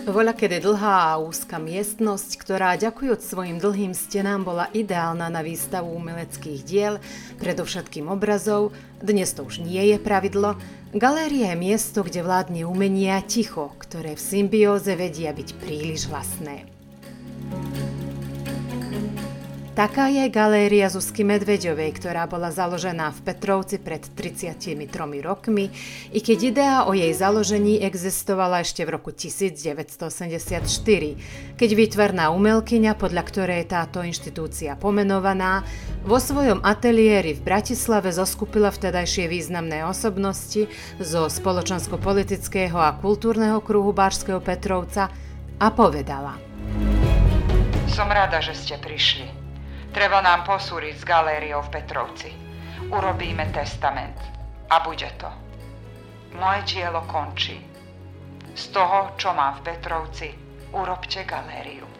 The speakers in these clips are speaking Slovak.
Voľakedy dlhá a úzka miestnosť, ktorá ďakujúc svojim dlhým stenám bola ideálna na výstavu umeleckých diel, predovšetkým obrazov, dnes to už nie je pravidlo. Galéria je miesto, kde vládne umenie a ticho, ktoré v symbióze vedia byť príliš hlasné. Taká je galéria Zuzky Medveďovej, ktorá bola založená v Petrovci pred 33 rokmi, i keď idea o jej založení existovala ešte v roku 1984, keď výtvarná umelkyňa, podľa ktorej je táto inštitúcia pomenovaná, vo svojom ateliéri v Bratislave zoskupila vtedajšie významné osobnosti zo spoločensko-politického a kultúrneho kruhu Barského Petrovca a povedala: Som rada, že ste prišli. Treba nám posúriť s galériou v Petrovci. Urobíme testament. A bude to. Moje dielo končí. Z toho, čo mám v Petrovci, urobte galériu.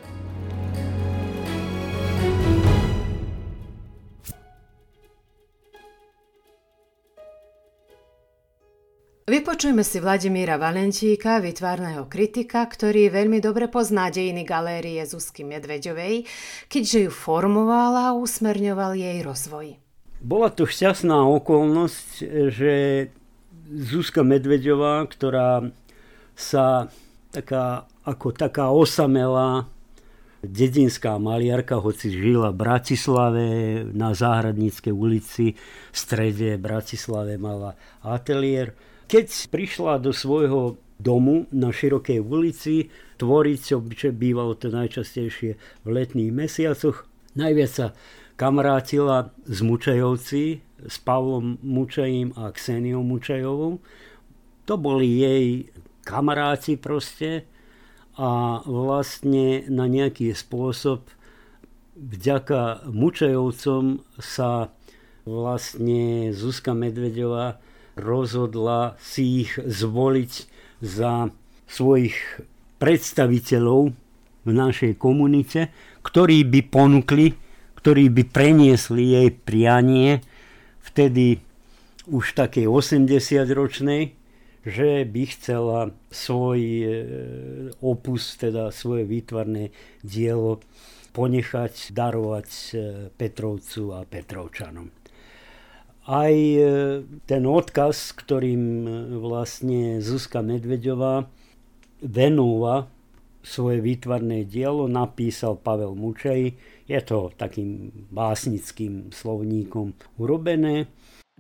Vypočujme si Vladimíra Valentíka, výtvarného kritika, ktorý veľmi dobre pozná dejiny galérie Zuzky Medveďovej, keďže ju formoval a usmerňoval jej rozvoj. Bola to šťastná okolnosť, že Zuzka Medveďová, ktorá sa taká osamelá dedinská maliarka, hoci žila v Bratislave na Záhradníckej ulici, v strede Bratislave mala ateliér. Keď prišla do svojho domu na Širokej ulici tvoriť, čo bývalo to najčastejšie v letných mesiacoch, najviac sa kamarátila s Mučajovci, s Pavlom Mučajím a Kseniou Mučajovou. To boli jej kamaráti proste a vlastne na nejaký spôsob vďaka Mučajovcom sa vlastne Zuzka Medveďová rozhodla si ich zvoliť za svojich predstaviteľov v našej komunite, ktorí by ponúkli, ktorí by preniesli jej prianie vtedy už takej 80-ročnej, že by chcela svoj opus, teda svoje výtvarné dielo ponechať, darovať Petrovcu a Petrovčanom. Aj ten odkaz, ktorým vlastne Zuzka Medveďová venúva svoje výtvarné dielo, napísal Pavel Mučaj. Je to takým básnickým slovníkom urobené.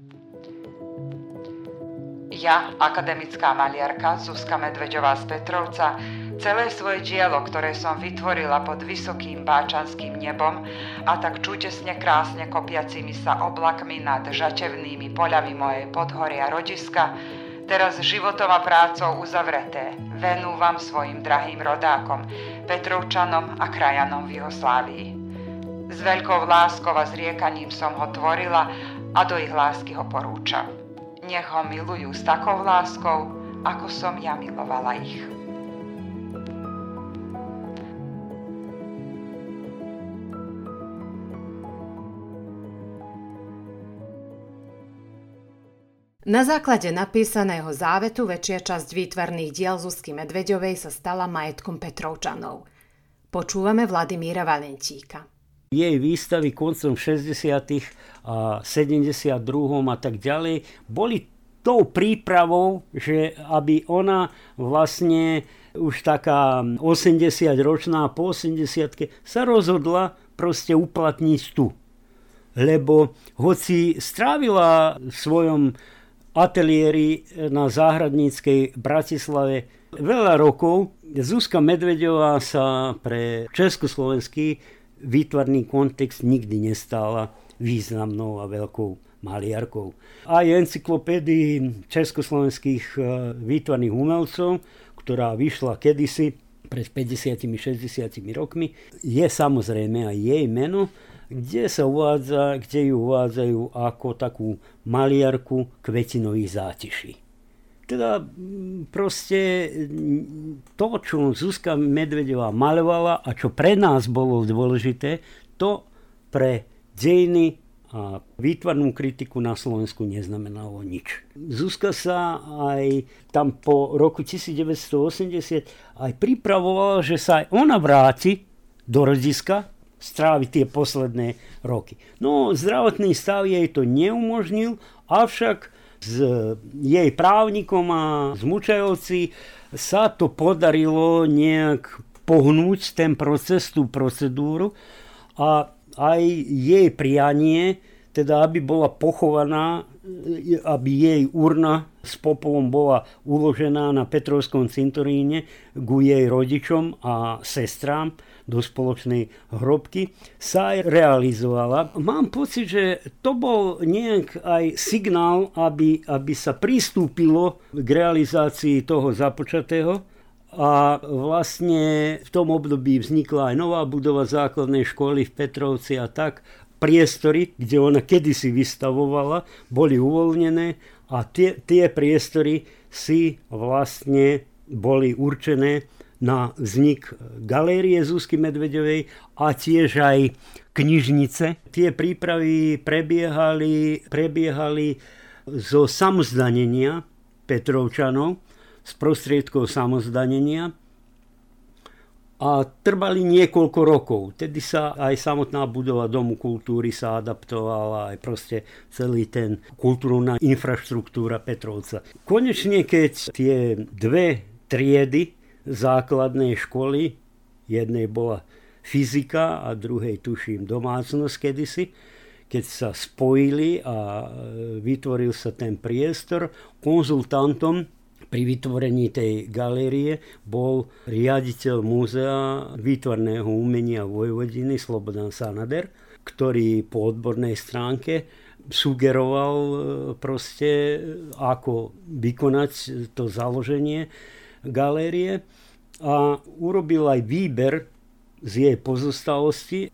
Ja, akademická maliarka Zuzka Medveďová z Petrovca, celé svoje dielo, ktoré som vytvorila pod vysokým báčanským nebom a tak čudesne krásne kopiacimi sa oblakmi nad žatevnými poľami mojej podhoria rodiska, teraz životom a prácou uzavreté, venúvam svojim drahým rodákom, Petrovčanom a krajanom v Juhoslávii. S veľkou láskou a zriekaním som ho tvorila a do ich lásky ho porúčam. Nech ho milujú s takou láskou, ako som ja milovala ich. Na základe napísaného závetu väčšia časť výtvarných diel Zuzky Medveďovej sa stala majetkom Petrovčanov. Počúvame Vladimíra Valentíka. Jej výstavy koncom 60. a 72. a tak ďalej boli tou prípravou, že aby ona vlastne už taká 80-ročná po 80-ke sa rozhodla proste uplatniť tu. Lebo hoci strávila v svojom ateliéri na Záhradníckej Bratislave veľa rokov, Zuzka Medveďová sa pre československý výtvarný kontext nikdy nestála významnou a veľkou maliarkou. Aj encyklopédii československých výtvarných umelcov, ktorá vyšla kedysi pred 50-60 rokmi, je samozrejme aj jej meno, kde ju uvádzajú ako takú maliarku kvetinových zátiší. Teda proste to, čo Zuzka Medveďová malovala a čo pre nás bolo dôležité, to pre dejiny a výtvarnú kritiku na Slovensku neznamenalo nič. Zuzka sa aj tam po roku 1980 aj pripravovala, že sa aj ona vráti do rodiska, strávi tie posledné roky. No, zdravotný stav jej to neumožnil, avšak s jej právnikom a s Mučajovci sa to podarilo nejak pohnúť ten proces, tú procedúru a aj jej prianie, teda aby bola pochovaná, aby jej urna s popolom bola uložená na Petrovskom cintoríne ku jej rodičom a sestrám do spoločnej hrobky, sa aj realizovala. Mám pocit, že to bol nejak aj signál, aby sa pristúpilo k realizácii toho započatého. A vlastne v tom období vznikla aj nová budova základnej školy v Petrovci a tak. Priestory, kde ona kedysi vystavovala, boli uvoľnené a tie priestory si vlastne boli určené na vznik galérie Zuzky Medveďovej a tiež aj knižnice. Tie prípravy prebiehali zo samozdanenia Petrovčanov, z prostriedkov samozdanenia a trvali niekoľko rokov. Tedy sa aj samotná budova Domu kultúry sa adaptovala, aj proste celý ten kultúrna infraštruktúra Petrovca. Konečne, keď tie dve triedy základnej školy, jednej bola fyzika a druhej tuším domácnosť kedysi, keď sa spojili a vytvoril sa ten priestor, konzultantom pri vytvorení tej galérie bol riaditeľ múzea výtvarného umenia Vojvodiny Slobodan Sanader, ktorý po odbornej stránke sugeroval proste, ako vykonať to založenie galérie a urobil aj výber z jej pozostalosti.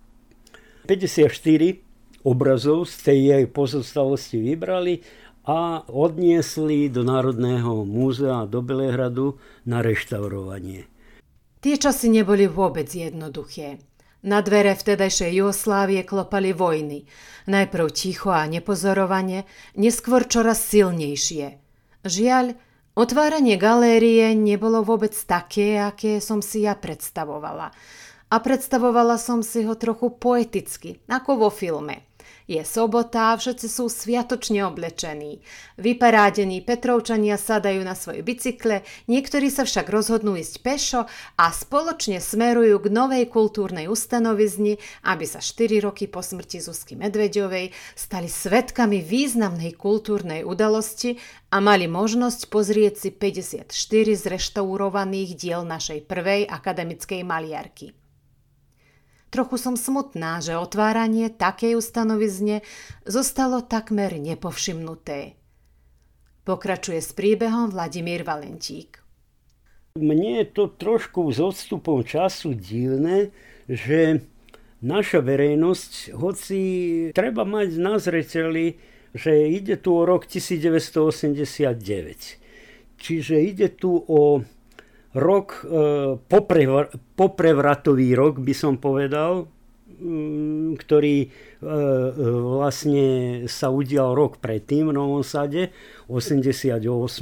54 obrazov z tej jej pozostalosti vybrali a odniesli do Národného múzea do Belehradu na reštaurovanie. Tie časy neboli vôbec jednoduché. Na dvere vtedajšej Jugoslávie klopali vojny. Najprv ticho a nepozorovane, neskôr čoraz silnejšie. Žiaľ, otváranie galérie nebolo vôbec také, aké som si ja predstavovala. A predstavovala som si ho trochu poeticky, ako vo filme. Je sobota a všetci sú sviatočne oblečení. Vyparádení Petrovčania sadajú na svoje bicykle, niektorí sa však rozhodnú ísť pešo a spoločne smerujú k novej kultúrnej ustanovizni, aby sa 4 roky po smrti Zuzky Medveďovej stali svedkami významnej kultúrnej udalosti a mali možnosť pozrieť si 54 zreštaurovaných diel našej prvej akademickej maliarky. Trochu som smutná, že otváranie takej ustanovizne zostalo takmer nepovšimnuté. Pokračuje s príbehom Vladimír Valentík. Mne je to trošku s odstupom času divné, že naša verejnosť, hoci treba mať na zreteli, že ide tu o rok 1989. Čiže ide tu o rok, poprevratový rok by som povedal, ktorý vlastne sa udial rok predtým v Novom Sade, v 88.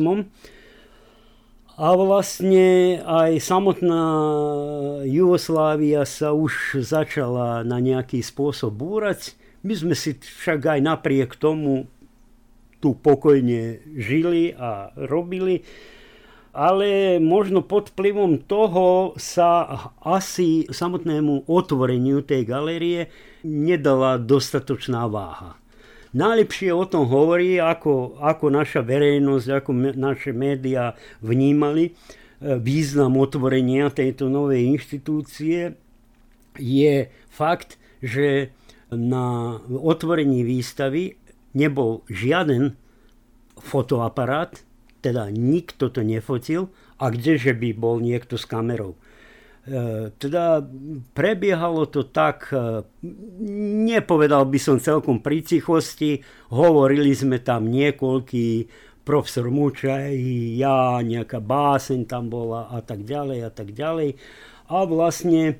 A vlastne aj samotná Jugoslávia sa už začala na nejaký spôsob búrať. My sme si však aj napriek tomu tu pokojne žili a robili. Ale možno pod vplyvom toho sa asi samotnému otvoreniu tej galérie nedala dostatočná váha. Najlepšie o tom hovorí, ako naša verejnosť, ako naše médiá vnímali význam otvorenia tejto novej inštitúcie, je fakt, že na otvorení výstavy nebol žiaden fotoaparát, teda nikto to nefotil a kdeže by bol niekto s kamerou. Teda prebiehalo to tak, nepovedal by som celkom pri tichosti, hovorili sme tam niekoľký, profesor Mučaj, ja, nejaká báseň tam bola a tak ďalej a tak ďalej. A vlastne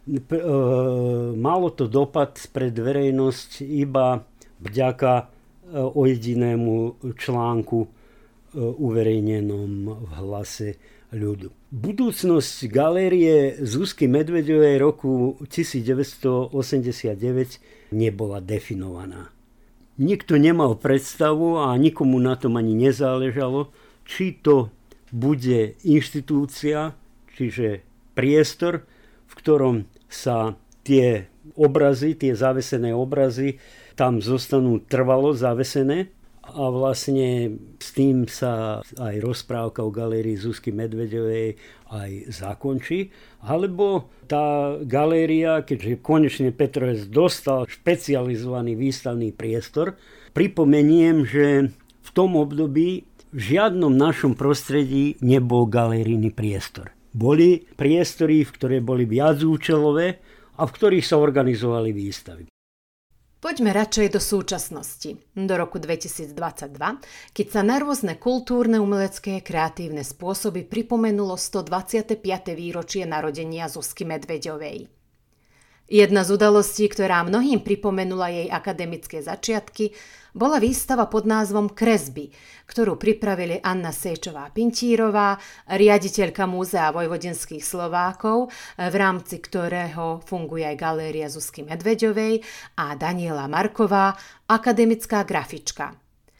malo to dopad pred verejnosť iba vďaka ojedinému článku uverejnenom v Hlase ľudu. Budúcnosť galérie Zuzky Medveďovej roku 1989 nebola definovaná. Nikto nemal predstavu a nikomu na tom ani nezáležalo, či to bude inštitúcia, čiže priestor, v ktorom sa tie obrazy, tie zavesené obrazy, tam zostanú trvalo zavesené a vlastne s tým sa aj rozprávka o galérii Zuzky Medveďovej aj zakončí. Alebo tá galéria, keďže konečne Petrovec dostal špecializovaný výstavný priestor, pripomeniem, že v tom období v žiadnom našom prostredí nebol galerijný priestor. Boli priestory, ktoré boli viacúčelové a v ktorých sa organizovali výstavy. Poďme radšej do súčasnosti, do roku 2022, keď sa na rôzne kultúrne, umelecké, kreatívne spôsoby pripomenulo 125. výročie narodenia Zuzky Medveďovej. Jedna z udalostí, ktorá mnohým pripomenula jej akademické začiatky, bola výstava pod názvom Kresby, ktorú pripravili Anna Sejčová-Pintírová, riaditeľka Múzea vojvodinských Slovákov, v rámci ktorého funguje aj galéria Zuzky Medveďovej, a Daniela Marková, akademická grafička.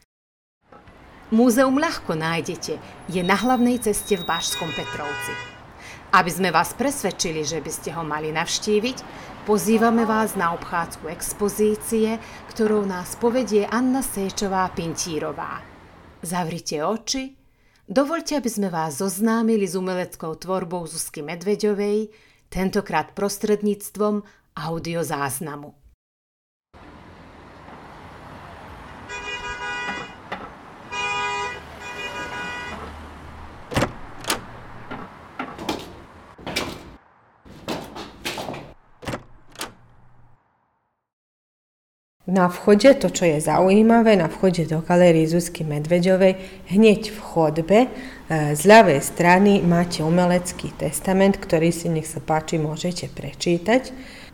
Múzeum ľahko nájdete, je na hlavnej ceste v Bašskom Petrovci. Aby sme vás presvedčili, že by ste ho mali navštíviť, pozývame vás na obchádzku expozície, ktorou nás povedie Anna Sejčová-Pintírová. Zavrite oči, dovoľte, aby sme vás zoznámili s umeleckou tvorbou Zuzky Medveďovej, tentokrát prostredníctvom audiozáznamu. Na vchode, to čo je zaujímavé, na vchode do galérie Zuzky Medveďovej, hneď v chodbe z ľavej strany máte umelecký testament, ktorý si, nech sa páči, môžete prečítať.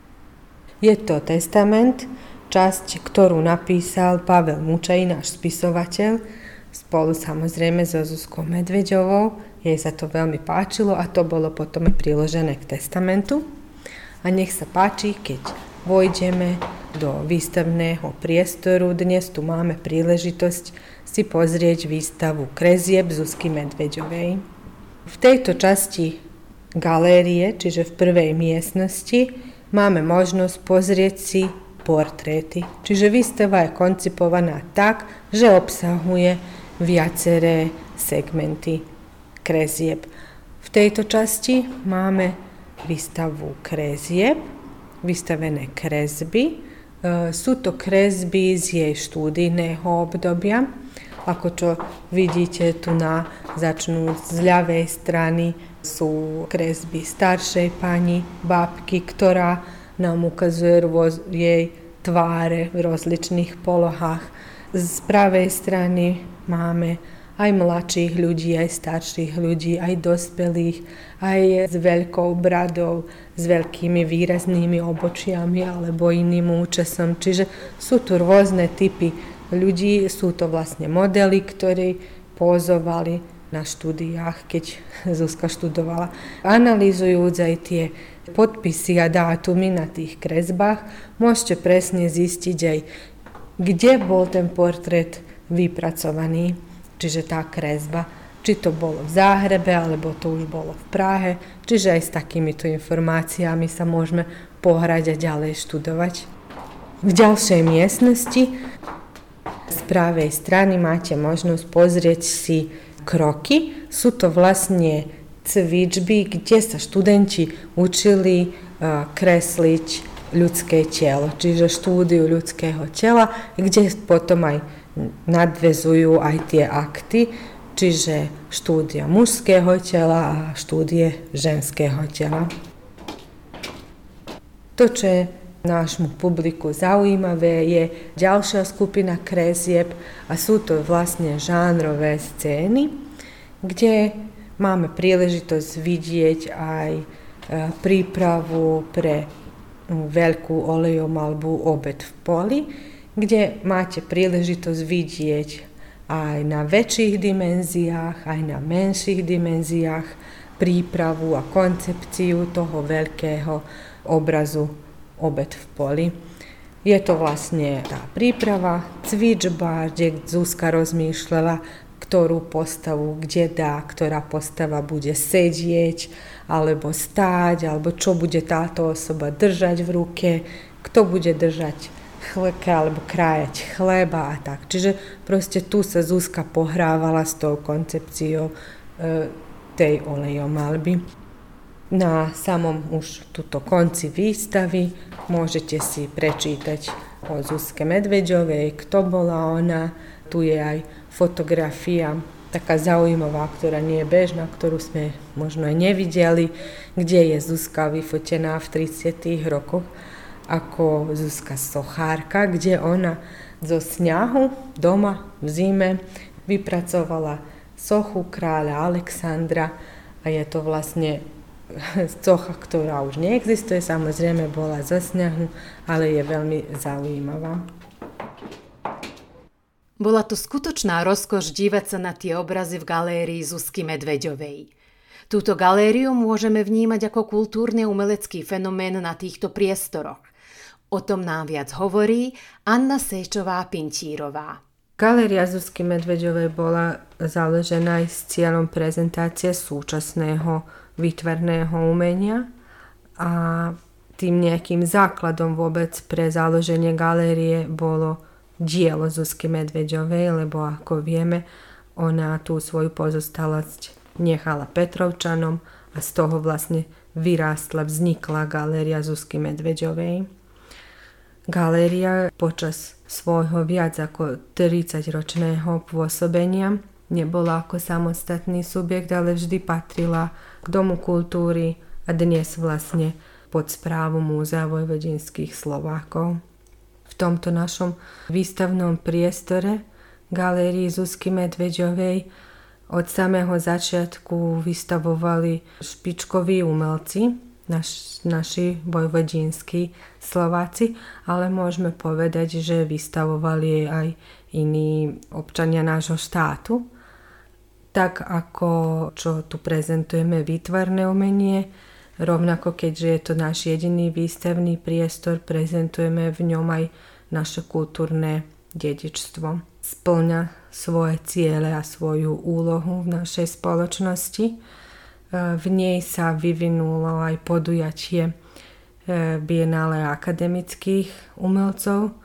Je to testament, časť, ktorú napísal Pavel Mučej, náš spisovateľ, spolu samozrejme so Zuzkou Medveďovou. Jej sa to veľmi páčilo a to bolo potom aj priložené k testamentu. A nech sa páči, keď vojdeme do výstavného priestoru. Dnes tu máme príležitosť si pozrieť výstavu Kresieb Zuzky Medveďovej. V tejto časti galérie, čiže v prvej miestnosti, máme možnosť pozrieť si portréty. Čiže výstava je koncipovaná tak, že obsahuje viaceré segmenty kresieb. V tejto časti máme výstavu kresieb, vystavené kresby. Sú to kresby z jej štúdijného obdobia. Ako čo vidíte, tu začnú z ľavej strany sú kresby staršej pani, babky, ktorá nám ukazuje jej tváre v rozličných polohách. Z pravej strany máme aj mladších ľudí, aj starších ľudí, aj dospelých, aj s veľkou bradou, s veľkými výraznými obočiami alebo iným účesom. Čiže sú tu rôzne typy ľudí, sú to vlastne modely, ktorí pózovali na štúdiách, keď Zuzka študovala. Analyzujúc aj tie podpisy a dátumy na tých kresbách, môžete presne zistiť aj, kde bol ten portrét vypracovaný. Čiže tá kresba, či to bolo v Záhrebe, alebo to už bolo v Prahe. Čiže aj s takýmito informáciami sa môžeme pohrať a ďalej študovať. V ďalšej miestnosti z pravej strany máte možnosť pozrieť si kroky. Sú to vlastne cvičby, kde sa študenti učili kresliť ľudské telo. Čiže štúdiu ľudského tela, kde potom aj nadväzujú aj tie akty, čiže štúdia mužského tela a štúdie ženského tela. To, čo je nášmu publiku zaujímavé, je ďalšia skupina kresieb a sú to vlastne žánrové scény, kde máme príležitosť vidieť aj prípravu pre veľkú olejomalbu Obed v poli, kde máte príležitosť vidieť aj na väčších dimenziách, aj na menších dimenziách prípravu a koncepciu toho veľkého obrazu Obed v poli. Je to vlastne tá príprava, cvičba, kde Zuzka rozmýšľala, ktorú postavu, kde dá, ktorá postava bude sedieť, alebo stáť, alebo čo bude táto osoba držať v ruke, kto bude držať chleka, alebo krájať chleba a tak. Čiže proste tu sa Zuzka pohrávala s tou koncepciou tej olejomalby. Na samom už tuto konci výstavy môžete si prečítať o Zuzke Medveďovej, kto bola ona. Tu je aj fotografia taká zaujímavá, ktorá nie je bežná, ktorú sme možno aj nevideli, kde je Zuzka vyfotená v 30. rokoch ako Zuzka sochárka, kde ona zo sňahu doma v zime vypracovala sochu kráľa Alexandra a je to vlastne socha, ktorá už neexistuje, samozrejme bola zo sňahu, ale je veľmi zaujímavá. Bola to skutočná rozkoš dívať sa na tie obrazy v galérii Zuzky Medveďovej. Túto galériu môžeme vnímať ako kultúrne umelecký fenomén na týchto priestoroch. O tom nám viac hovorí Anna Sečová-Pinčírová. Galéria Zuzky Medveďovej bola založená aj s cieľom prezentácie súčasného výtvarného umenia a tým nejakým základom vôbec pre založenie galérie bolo dielo Zuzky Medveďovej, lebo ako vieme, ona tú svoju pozostalosť nechala Petrovčanom a z toho vlastne vznikla galéria Zuzky Medveďovej. Galéria počas svojho viac ako 30-ročného pôsobenia nebola ako samostatný subjekt, ale vždy patrila k Domu kultúry a dnes vlastne pod správu Múzea vojvodinských Slovákov. V tomto našom výstavnom priestore galérii Zuzky Medveďovej od samého začiatku vystavovali špičkoví umelci, naši vojvodinskí Slováci, ale môžeme povedať, že vystavovali aj iní občania nášho štátu. Tak ako čo tu prezentujeme výtvarné umenie, rovnako keďže je to náš jediný výstavný priestor, prezentujeme v ňom aj naše kultúrne dedičstvo. Spĺňa svoje ciele a svoju úlohu v našej spoločnosti. V nej sa vyvinulo aj podujatie Bienále akademických umelcov,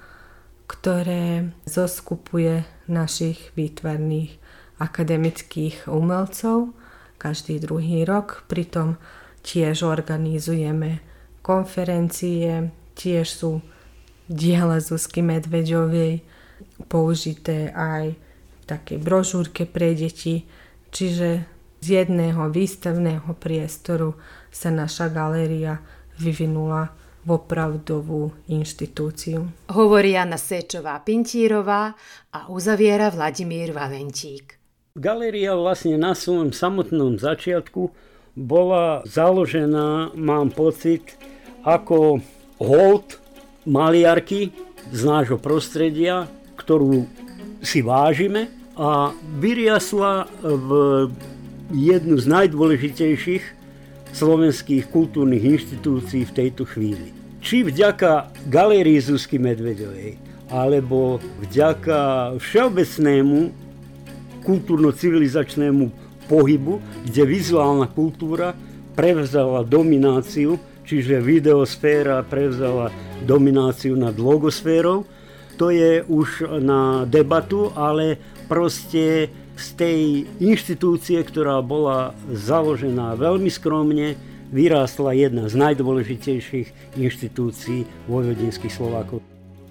ktoré zoskupuje našich výtvarných akademických umelcov každý druhý rok. Pritom tiež organizujeme konferencie, tiež sú diela Zuzky Medveďovej použité aj v takej brožúrke pre deti. Čiže z jedného výstavného priestoru sa naša galéria vyvinula v opravdovú inštitúciu. Hovorí Anna Sečová-Pinčírová a uzaviera Vladimír Valentík. Galéria vlastne na svojom samotnom začiatku bola založená, mám pocit, ako hold maliarky z nášho prostredia, ktorú si vážime a vyriasla v jednu z najdôležitejších slovenských kultúrnych inštitúcií v tejto chvíli. Či vďaka galérii Zuzky Medveďovej, alebo vďaka všeobecnému kultúrno-civilizačnému pohybu, kde vizuálna kultúra prevzala domináciu, čiže videosféra prevzala domináciu nad logosférou. To je už na debatu, ale proste z tej inštitúcie, ktorá bola založená veľmi skromne, vyrástla jedna z najdôležitejších inštitúcií vojvodinských Slovákov.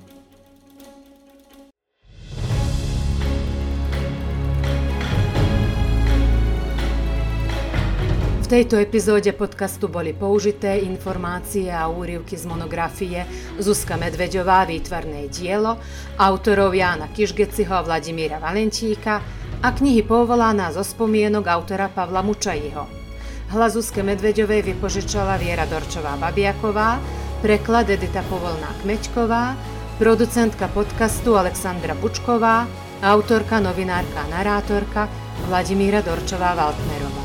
V tejto epizóde podcastu boli použité informácie a úryvky z monografie Zuzka Medveďová výtvarné dielo autorov Jána Kišgeciho a Vladimíra Valentíka a knihy Povolaná zo spomienok autora Pavla Mučajího. Hlas Zuzke Medveďovej vypožičala Viera Dorčová-Babiaková, preklad Edita Povolná-Kmeďková, producentka podcastu Alexandra Bučková, autorka, novinárka a narátorka Vladimíra Dorčová-Waltnerová.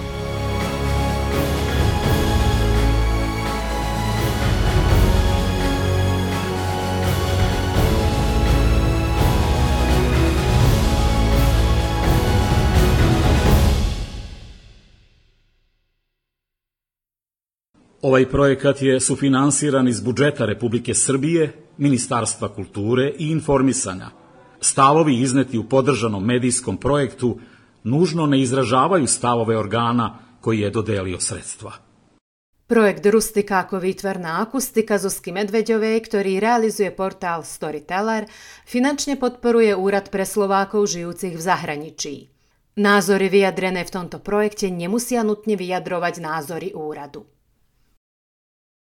Ovaj projekat je sufinansiran iz budžeta Republike Srbije, Ministarstva kulture i informisanja. Stavovi izneti u podržanom medijskom projektu nužno ne izražavaju stavove organa koji je dodelio sredstva. Projekt Rustika ako výtvarná akustika Zuzky Medveďovej, ktorý realizuje portál Storyteller, finančne podporuje Úrad pre Slovákov žijúcich v zahraničí. Názory vyjadrené v tomto projekte nemusia nutne vyjadrovať názory úradu.